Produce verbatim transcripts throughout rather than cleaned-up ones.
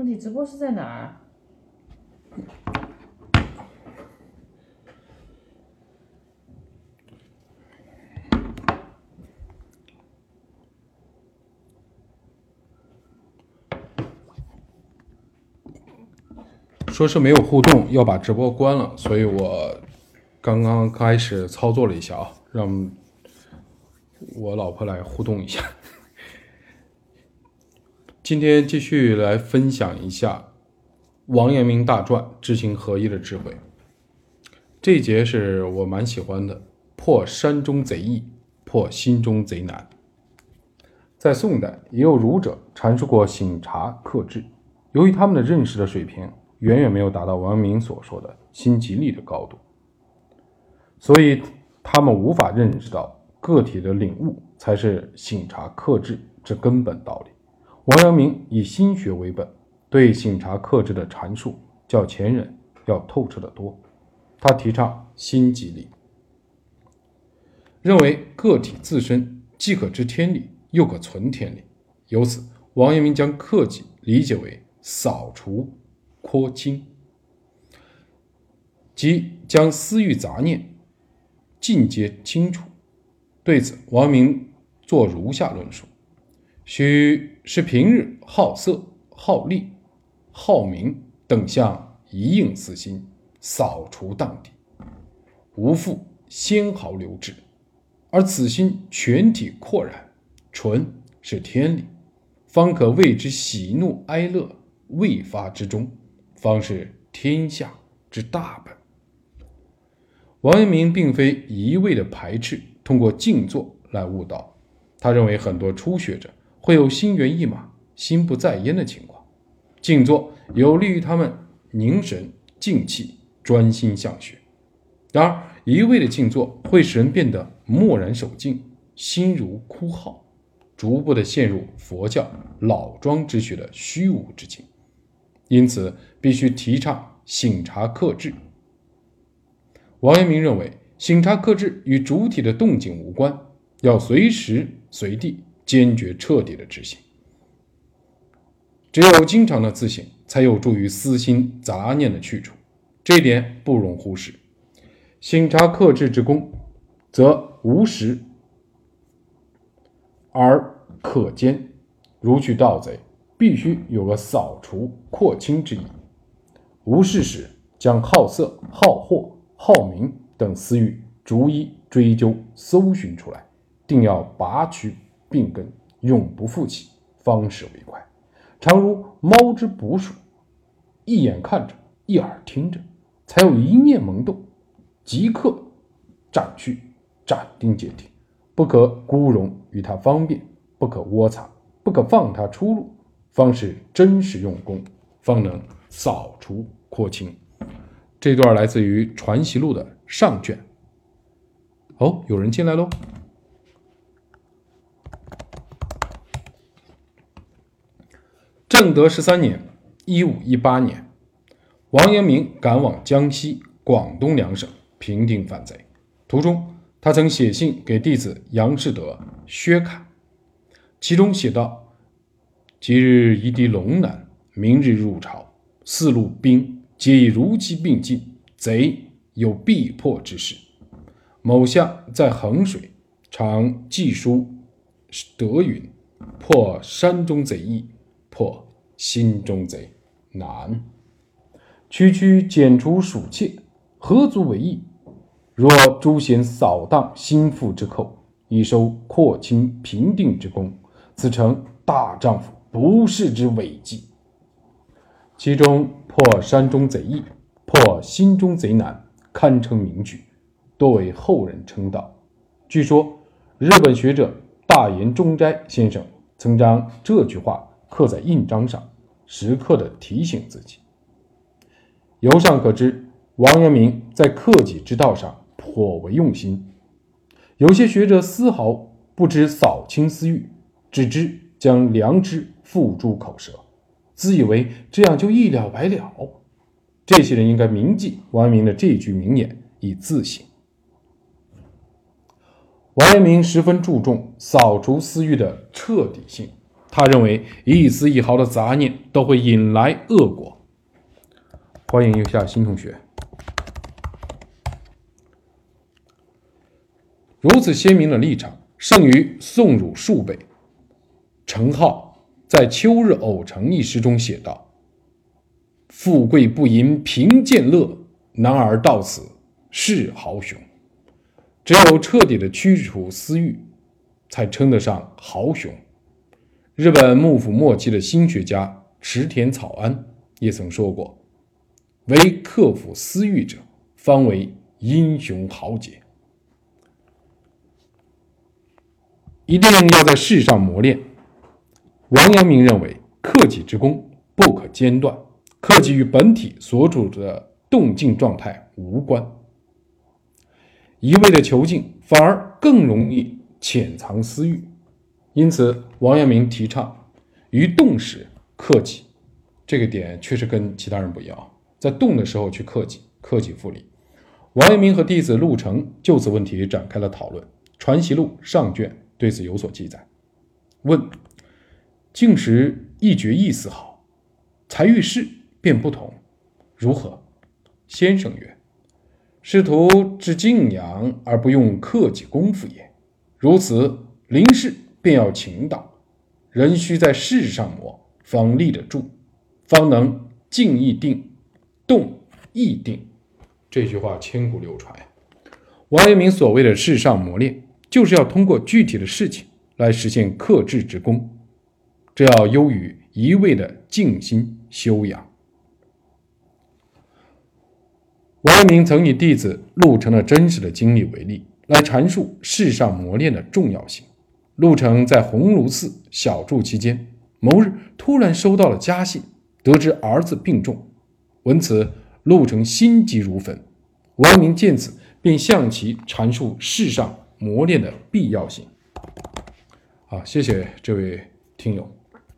问题直播是在哪儿？ 说是没有互动，要把直播关了，所以我刚刚开始操作了一下啊，让我老婆来互动一下。今天继续来分享一下王阳明大传知行合一的智慧。这一节是我蛮喜欢的，破山中贼易，破心中贼难。在宋代也有儒者阐述过省察克制，由于他们的认识的水平远远没有达到王阳明所说的心即力的高度，所以他们无法认识到个体的领悟才是省察克制之根本道理。王阳明以心学为本，对省察克制的阐述较前人要透彻得多。他提倡心即力，认为个体自身既可知天理，又可存天理。由此，王阳明将克己理解为扫除廓清，即将私欲杂念尽皆清除。对此，王阳明作如下论述：须是平日好色、好利、好名等项一应私心，扫除荡涤，无复纤毫留滞，而此心全体扩然，纯是天理，方可谓之喜怒哀乐未发之中，方是天下之大本。王阳明并非一味的排斥通过静坐来悟道，他认为很多初学者会有心猿意马、心不在焉的情况，静坐有利于他们凝神静气，专心向学。然而一味的静坐会使人变得漠然守静，心如枯耗，逐步的陷入佛教老庄之学的虚无之境。因此必须提倡省察克制。王阳明认为，省察克制与主体的动静无关，要随时随地坚决彻底的执行。只有经常的自省，才有助于私心杂念的去除，这一点不容忽视。省察克制之功，则无时而可坚。如去盗贼，必须有个扫除廓清之意。无事时，将好色、好货、好名等私欲逐一追究搜寻出来，定要拔取病根，永不复起，方始为快。常如猫之捕鼠，一眼看着，一耳听着，才有一念萌动，即刻斩去，斩钉截铁，不可孤容与他方便，不可窝藏，不可放他出路，方是真实用功，方能扫除廓清。这段来自于《传习录》的上卷。哦，有人进来喽。正德十三年一五一八年，王阳明赶往江西、广东两省平定反贼，途中他曾写信给弟子杨士德、薛侃，其中写道：即日夷狄龙南，明日入朝，四路兵皆已如期并进，贼有必破之势。某相在衡水，常记书德云：破山中贼易，破心中贼难。区区剪除鼠窃，何足为易？若诸贤扫荡心腹之寇，以收廓清平定之功，此诚大丈夫不世之伟绩。其中破山中贼易，破心中贼难，堪称名句，多为后人称道。据说日本学者大岩中斋先生曾将这句话刻在印章上，时刻地提醒自己。由上可知，王阳明在克己之道上颇为用心。有些学者丝毫不知扫清私欲，只知将良知付诸口舌，自以为这样就一了百了。这些人应该铭记王阳明的这句名言，以自省。王阳明十分注重扫除私欲的彻底性， 他认为一丝一毫的杂念都会引来恶果。欢迎右下新同学。如此鲜明的立场，胜于宋儒数倍。程颢在《秋日偶成》一诗中写道：富贵不淫贫贱乐，男儿到此是豪雄。只有彻底的驱除私欲，才称得上豪雄。日本幕府末期的新学家池田草庵也曾说过，唯克服私欲者，方为英雄豪杰。一定要在世上磨练。王阳明认为，克己之功不可间断，克己与本体所处的动静状态无关。一味的囚禁反而更容易潜藏私欲，因此王阳明提倡于动时克己，这个点确实跟其他人不一样，在动的时候去克己，克己复礼。王阳明和弟子陆程就此问题展开了讨论，《传习录》上卷对此有所记载。问：静时一觉意思好，才遇事便不同，如何？先生曰：试图致静养而不用克己功夫也。如此临事便要勤导，人须在事上磨，方立得住，方能静亦定，动亦定。这句话千古流传。王阳明所谓的事上磨练，就是要通过具体的事情来实现克制之功，这要优于一味的静心修养。王阳明曾以弟子陆程的真实的经历为例，来阐述世上磨练的重要性。陆程在鸿胪寺小住期间，某日突然收到了家信，得知儿子病重，闻此，陆程心急如焚。王阳明见此，便向其阐述世上磨练的必要性。好，谢谢这位听友。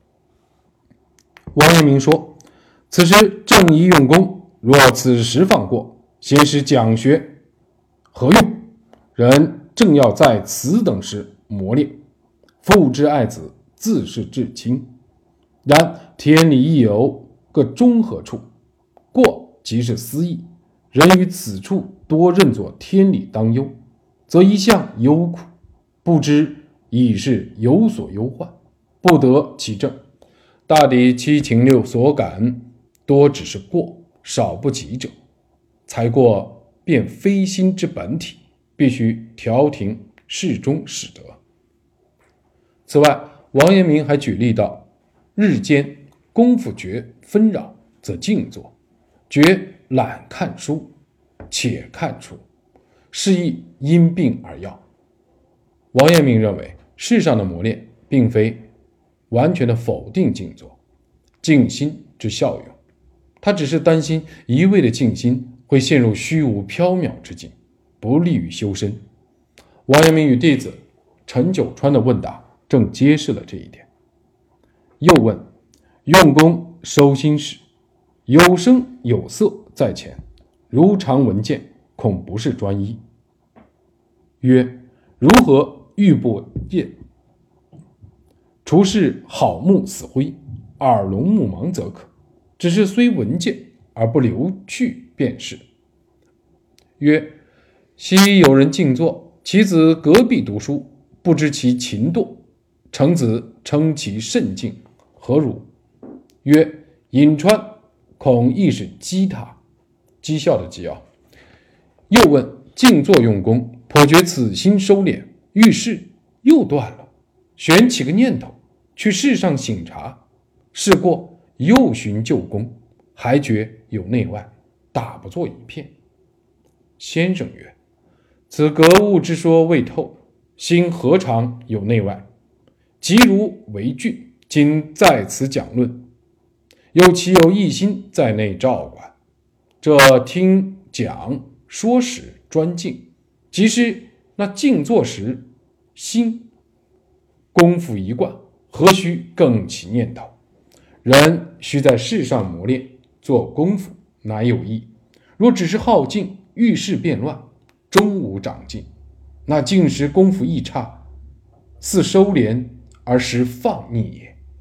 王阳明说：此时正宜用功，若此时放过，先师讲学何用？人正要在此等时磨练。父之爱子，自是至亲。然天理亦有个中和处，过即是私意。人于此处多认作天理当忧，则一向忧苦，不知已是有所忧患，不得其正。大抵七情六所感，多只是过，少不及者。才过便非心之本体，必须调停适中使得。此外，王阳明还举例道：日间功夫觉纷扰，则静坐；觉懒看书，且看书，是亦因病而要。王阳明认为，世上的磨练并非完全的否定静坐、静心之效用，他只是担心一味的静心会陷入虚无缥缈之境，不利于修身。王阳明与弟子陈九川的问答正揭示了这一点。又问：用功收心时，有声有色在前，如常闻见，恐不是专一。曰：如何欲不见？除是好目死灰，耳聋目盲则可，只是虽闻见而不留去便是。曰：昔有人静坐，其子隔壁读书，不知其勤惰，程子称其甚静，何如？曰：颍川恐亦是讥他，讥笑的讥啊。又问：静坐用功，颇觉此心收敛，遇事又断了，旋起个念头，去世上省察，事过又寻旧功，还觉有内外，打不作一片。先生曰：此格物之说未透，心何尝有内外？即如为俊，今在此讲论，又岂有一心在内照管？这听讲说时专静，即是那静坐时心功夫一贯，何须更起念头？人须在事上磨练，做功夫乃有益。若只是好静，遇事变乱，终无长进。那静时功夫亦差，似收敛而实放逆也。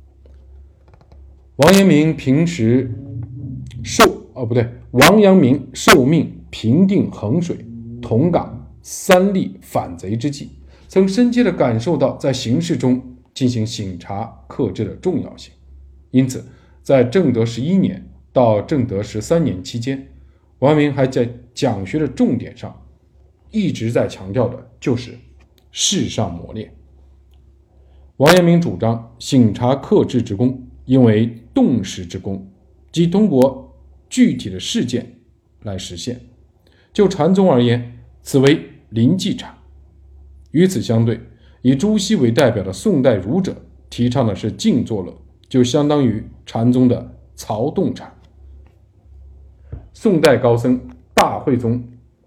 王阳明平时受哦不对，王阳明受命平定衡水、同岗三立反贼之际，曾深切地感受到在形势中进行省察克制的重要性。因此，在正德十一年到正德十三年期间，王阳明还在讲学的重点上一直在强调的就是事上磨练。王阳明主张省察克制之功应为动实之功，即通过具体的事件来实现。就禅宗而言，此为临济禅。与此相对，以朱熹为代表的宋代儒者提倡的是静坐论，就相当于禅宗的曹洞禅。宋代高僧大慧宗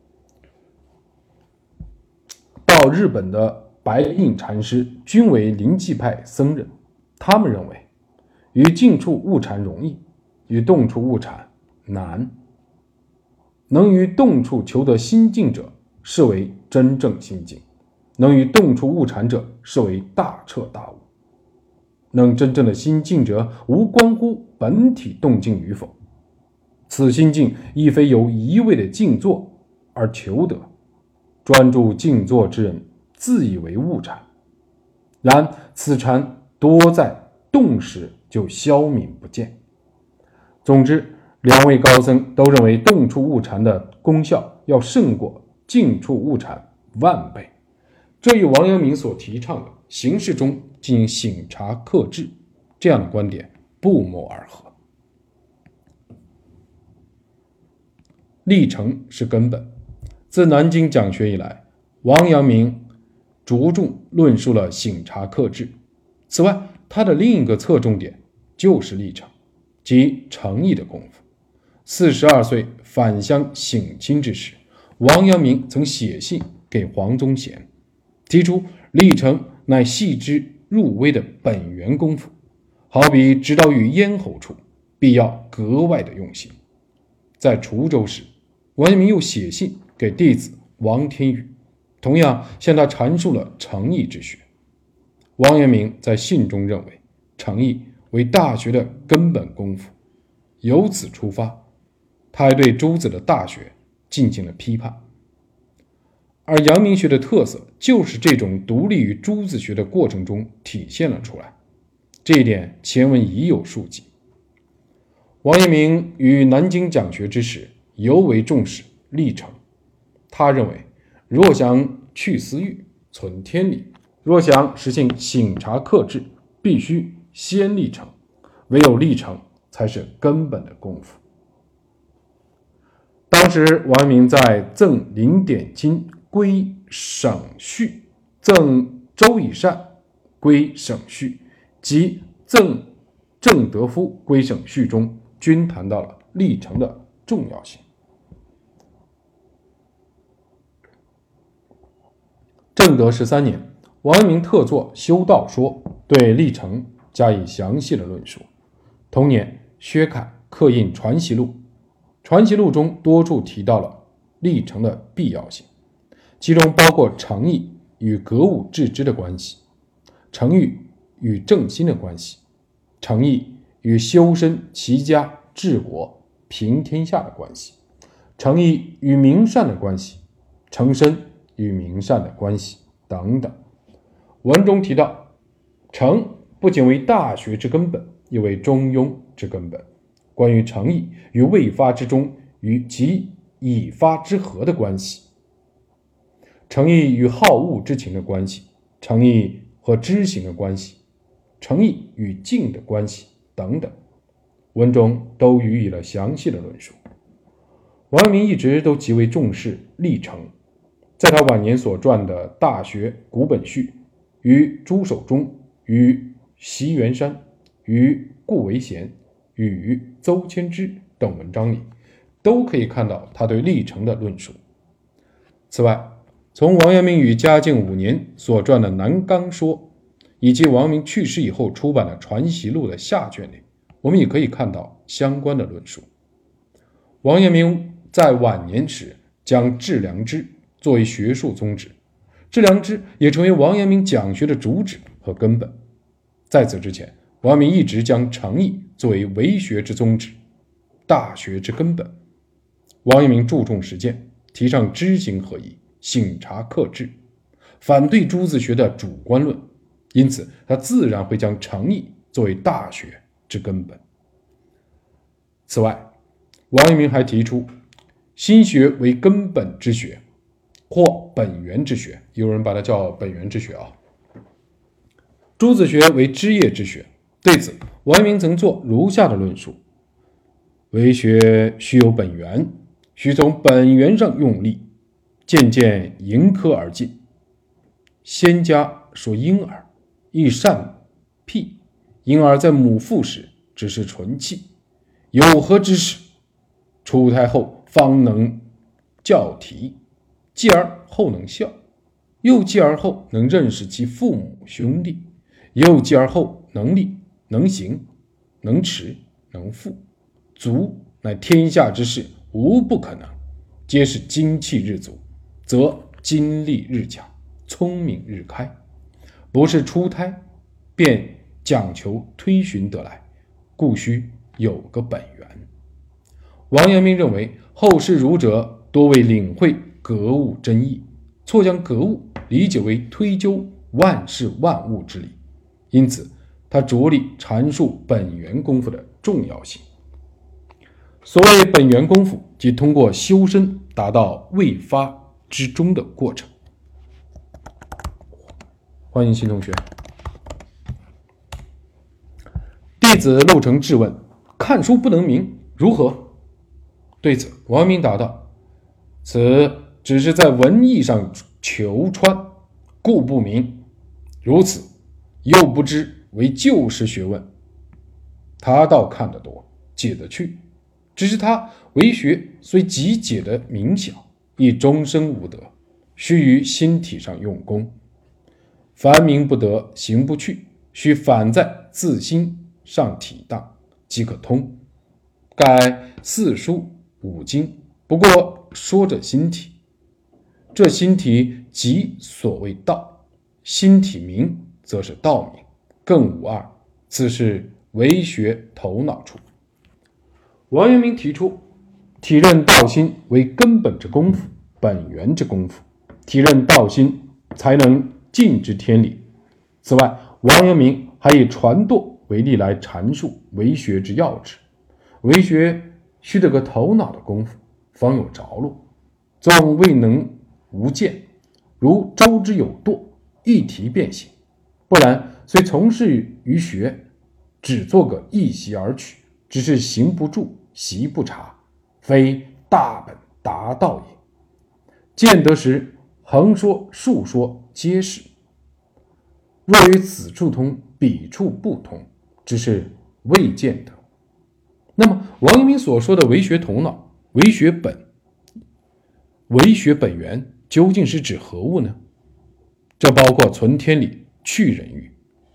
到日本的白印禅师均为临济派僧人，他们认为于静处悟禅容易，于动处悟禅难。能于动处求得心境者，是为真正心境；能于动处悟禅者，是为大彻大悟。能真正的心境者，无关乎本体动静与否，此心境亦非由一味的静坐而求得。专注静坐之人，自以为悟禅，然此禅多在动时就消泯不见。总之，两位高僧都认为动处悟禅的功效要胜过静处悟禅万倍，这与王阳明所提倡的形式中进行省察克制这样的观点不谋而合。历程是根本。自南京讲学以来，王阳明着重论述了省察克制。此外，他的另一个侧重点就是历程，即诚意的功夫。四十二岁返乡省亲之时，王阳明曾写信给黄宗贤，提出历程乃细致入微的本源功夫，好比直到于咽喉处，必要格外的用心。在滁州时，王阳明又写信给弟子王天宇，同样向他阐述了诚意之学。王阳明在信中认为诚意为大学的根本功夫，由此出发，他还对朱子的大学进行了批判。而阳明学的特色就是这种独立于朱子学的过程中体现了出来，这一点前文已有述及。王阳明于南京讲学之时尤为重视历程，他认为若想去私欲存天理，若想实现省察克制，必须先历程，唯有历程才是根本的功夫。当时王阳明在赠林典钦归省序，赠周以善归省序及赠郑德夫归省序中，均谈到了历程的重要性。正德十三年，王阳明特作《修道说》，对历程加以详细的论述。同年，薛侃刻印《传习录》，《传习录》中多处提到了历程的必要性，其中包括诚意与格物致知的关系，诚意与正心的关系，诚意与修身齐家治国平天下的关系，诚意与明善的关系，诚身与明善的关系等等。文中提到，诚不仅为大学之根本，也为中庸之根本。关于诚意与未发之中与及已发之和的关系，诚意与好恶之情的关系，诚意和知行的关系，诚意与静的关系等等，文中都予以了详细的论述。王阳明一直都极为重视历程，在他晚年所撰的《大学古本序》与朱守忠、与席元山、与顾维贤、与邹谦之等文章里，都可以看到他对历程的论述。此外，从王阳明于嘉靖五年所撰的《南纲说》，以及王阳明去世以后出版的《传习录》的下卷里，我们也可以看到相关的论述。王阳明在晚年时将致良知作为学术宗旨，致良知也成为王阳明讲学的主旨和根本。在此之前，王阳明一直将诚意作为为学之宗旨，大学之根本。王阳明注重实践，提倡知行合一，省察克制，反对朱子学的主观论，因此他自然会将诚意作为大学之根本。此外，王阳明还提出心学为根本之学，或本源之学，有人把它叫本源之学啊。朱子学为枝叶之学，对此王阳明曾作如下的论述：为学须有本源，须从本源上用力，渐渐迎科而进。先家说婴儿亦善辟，婴儿在母腹时只是纯气，有何之始？出胎后方能教题，继而后能孝，又继而后能认识其父母兄弟，又继而后能立能行能持能复，足乃天下之事无不可能，皆是精气日足，则精力日强，聪明日开，不是出胎便讲求推寻得来，故须有个本源。王阳明认为后世儒者多为领会格物真义，错将格物理解为推究万事万物之理，因此他着力阐述本源功夫的重要性。所谓本源功夫，即通过修身达到未发之中的过程。欢迎新同学。弟子陆成质问：看书不能明，如何？对此，王阳明答道：此只是在文艺上求穿，故不明。如此，又不知为旧时学问。他倒看得多，解得去，只是他为学虽极解得明晓，亦终生无得，须于心体上用功。凡明不得，行不去，须反在自心上体当，即可通。盖四书五经，不过说着心体，这心体即所谓道，心体明则是道明，更无二，此是为学头脑处。王阳明提出体认道心为根本之功夫，本源之功夫，体认道心才能尽知天理。此外，王阳明还以传舵为例来阐述为学之要旨。为学须得个头脑的功夫，方有着落，纵未能无见，如舟之有舵，一提便行；不然，虽从事于学，只做个一席而取，只是行不住，习不察，非大本达道也。见得时，横说竖说皆是。若于此处通，彼处不通，只是未见得。那么王阳明所说的为学头脑、为学本、为学本源，究竟是指何物呢？这包括存天理、去人欲、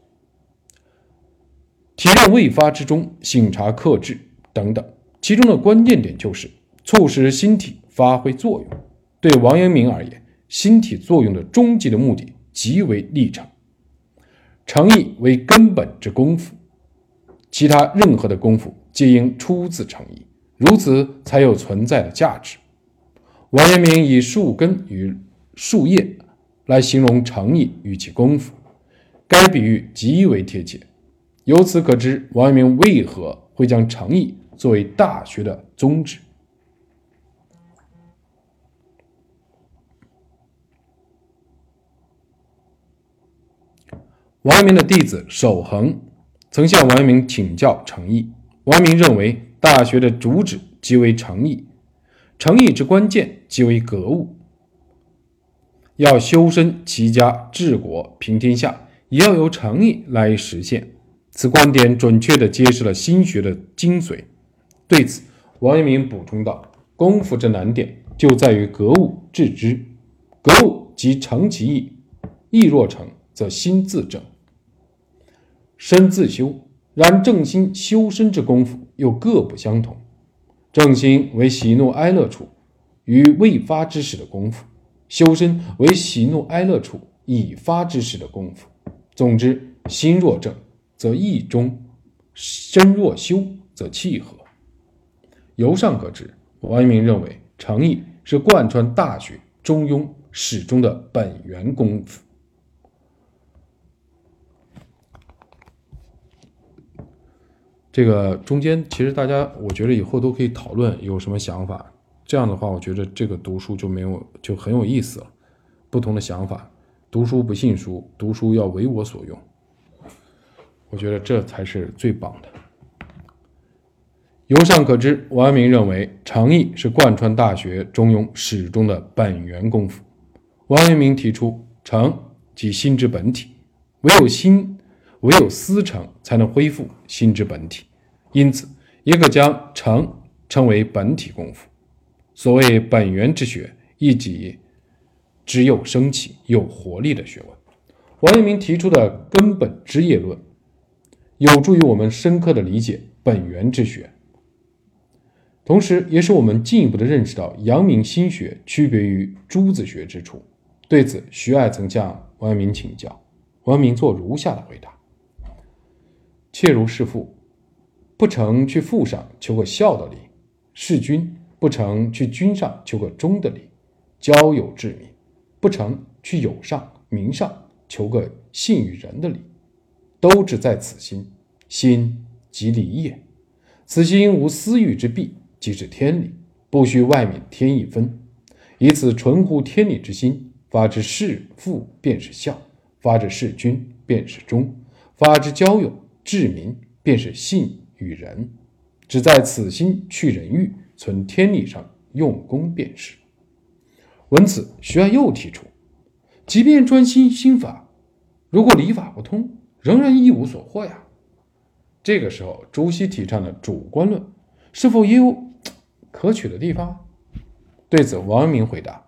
体认未发之中、省察克制等等，其中的关键点就是促使心体发挥作用。对王阳明而言，心体作用的终极的目的即为立诚，诚意为根本之功夫，其他任何的功夫皆应出自诚意，如此才有存在的价值。王阳明以树根与树叶来形容诚意与其功夫，该比喻极为贴切。由此可知，王阳明为何会将诚意作为大学的宗旨。王阳明的弟子守恒曾向王阳明请教诚意。王阳明认为大学的主旨即为诚意，诚意之关键即为格物。要修身齐家治国平天下，也要由诚意来实现。此观点准确地揭示了心学的精髓。对此，王阳明补充道：功夫之难点就在于格物致知。格物即诚其意，意若诚，则心自正，身自修。然正心修身之功夫又各不相同。正心为喜怒哀乐处，于未发之时的功夫；修身为喜怒哀乐处，已发之时的功夫。总之，心若正，则意中身若修则气和。由上可知，王阳明认为诚意是贯穿大学、中庸、始终的本源功夫。这个中间其实大家我觉得以后都可以讨论有什么想法，这样的话我觉得这个读书就没有就很有意思了。不同的想法，读书不信书，读书要为我所用，我觉得这才是最棒的。由上可知，王阳明认为诚意是贯穿大学、中庸、始终的本源功夫。王阳明提出诚即心之本体，唯有心唯有思诚才能恢复心之本体，因此也可将诚称为本体功夫。所谓本源之学，亦即只有生气有活力的学问。王阳明提出的根本枝叶论，有助于我们深刻地理解本源之学，同时也使我们进一步地认识到阳明心学区别于诸子学之处。对此，徐爱曾向王阳明请教，王阳明作如下的回答：切如弑父，不成去父上求个孝的理；弑君，不成去君上求个忠的理；交友治民，不成去友上民上求个信与仁的理。都只在此心，心即理也。此心无私欲之弊，即是天理，不须外面添一分。以此纯乎天理之心，发之弑父便是孝，发之弑君便是忠，发之交友治民便是信与仁。只在此心去人欲，存天理上用功便是。闻此，徐爱又提出，即便专心心法，如果理法不通，仍然一无所获呀。这个时候，朱熹提倡的主观论是否也有可取的地方？对此，王阳明回答：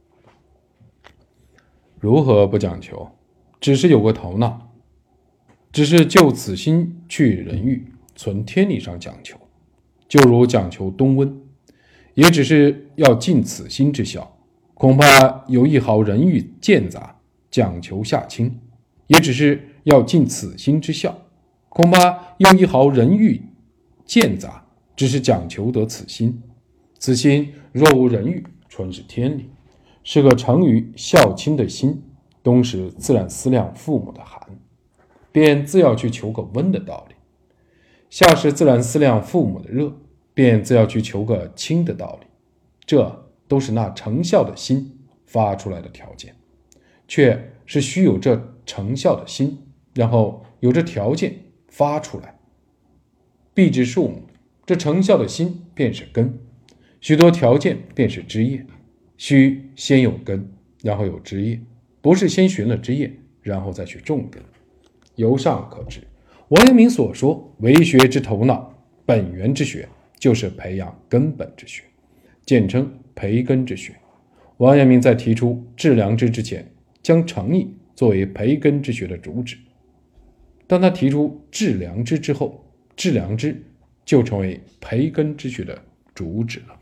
如何不讲求？只是有个头脑，只是就此心去人欲，存天理上讲求。就如讲求冬温，也只是要尽此心之效，恐怕有一毫人欲见杂，讲求夏清，也只是要尽此心之效，恐怕有一毫人欲见杂，只是讲求得此心。此心若无人欲，纯是天理，是个成于孝亲的心，冬时自然思量父母的寒，便自要去求个温的道理；夏时自然思量父母的热，便自要去求个清的道理。这都是那成孝的心发出来的条件，却是须有这成孝的心，然后有这条件发出来。必之树木，这成孝的心便是根，许多条件便是枝叶。须先有根，然后有枝叶，不是先寻了枝叶，然后再去种根。由上可知，王阳明所说为学之头脑、本源之学，就是培养根本之学，简称培根之学。王阳明在提出致良知之前，将诚意作为培根之学的主旨。当他提出致良知之后，致良知就成为培根之学的主旨了。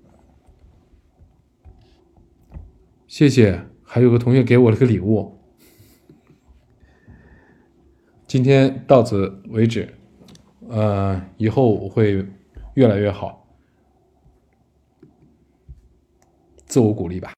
谢谢，还有个同学给我了个礼物。今天到此为止，呃，以后我会越来越好，自我鼓励吧。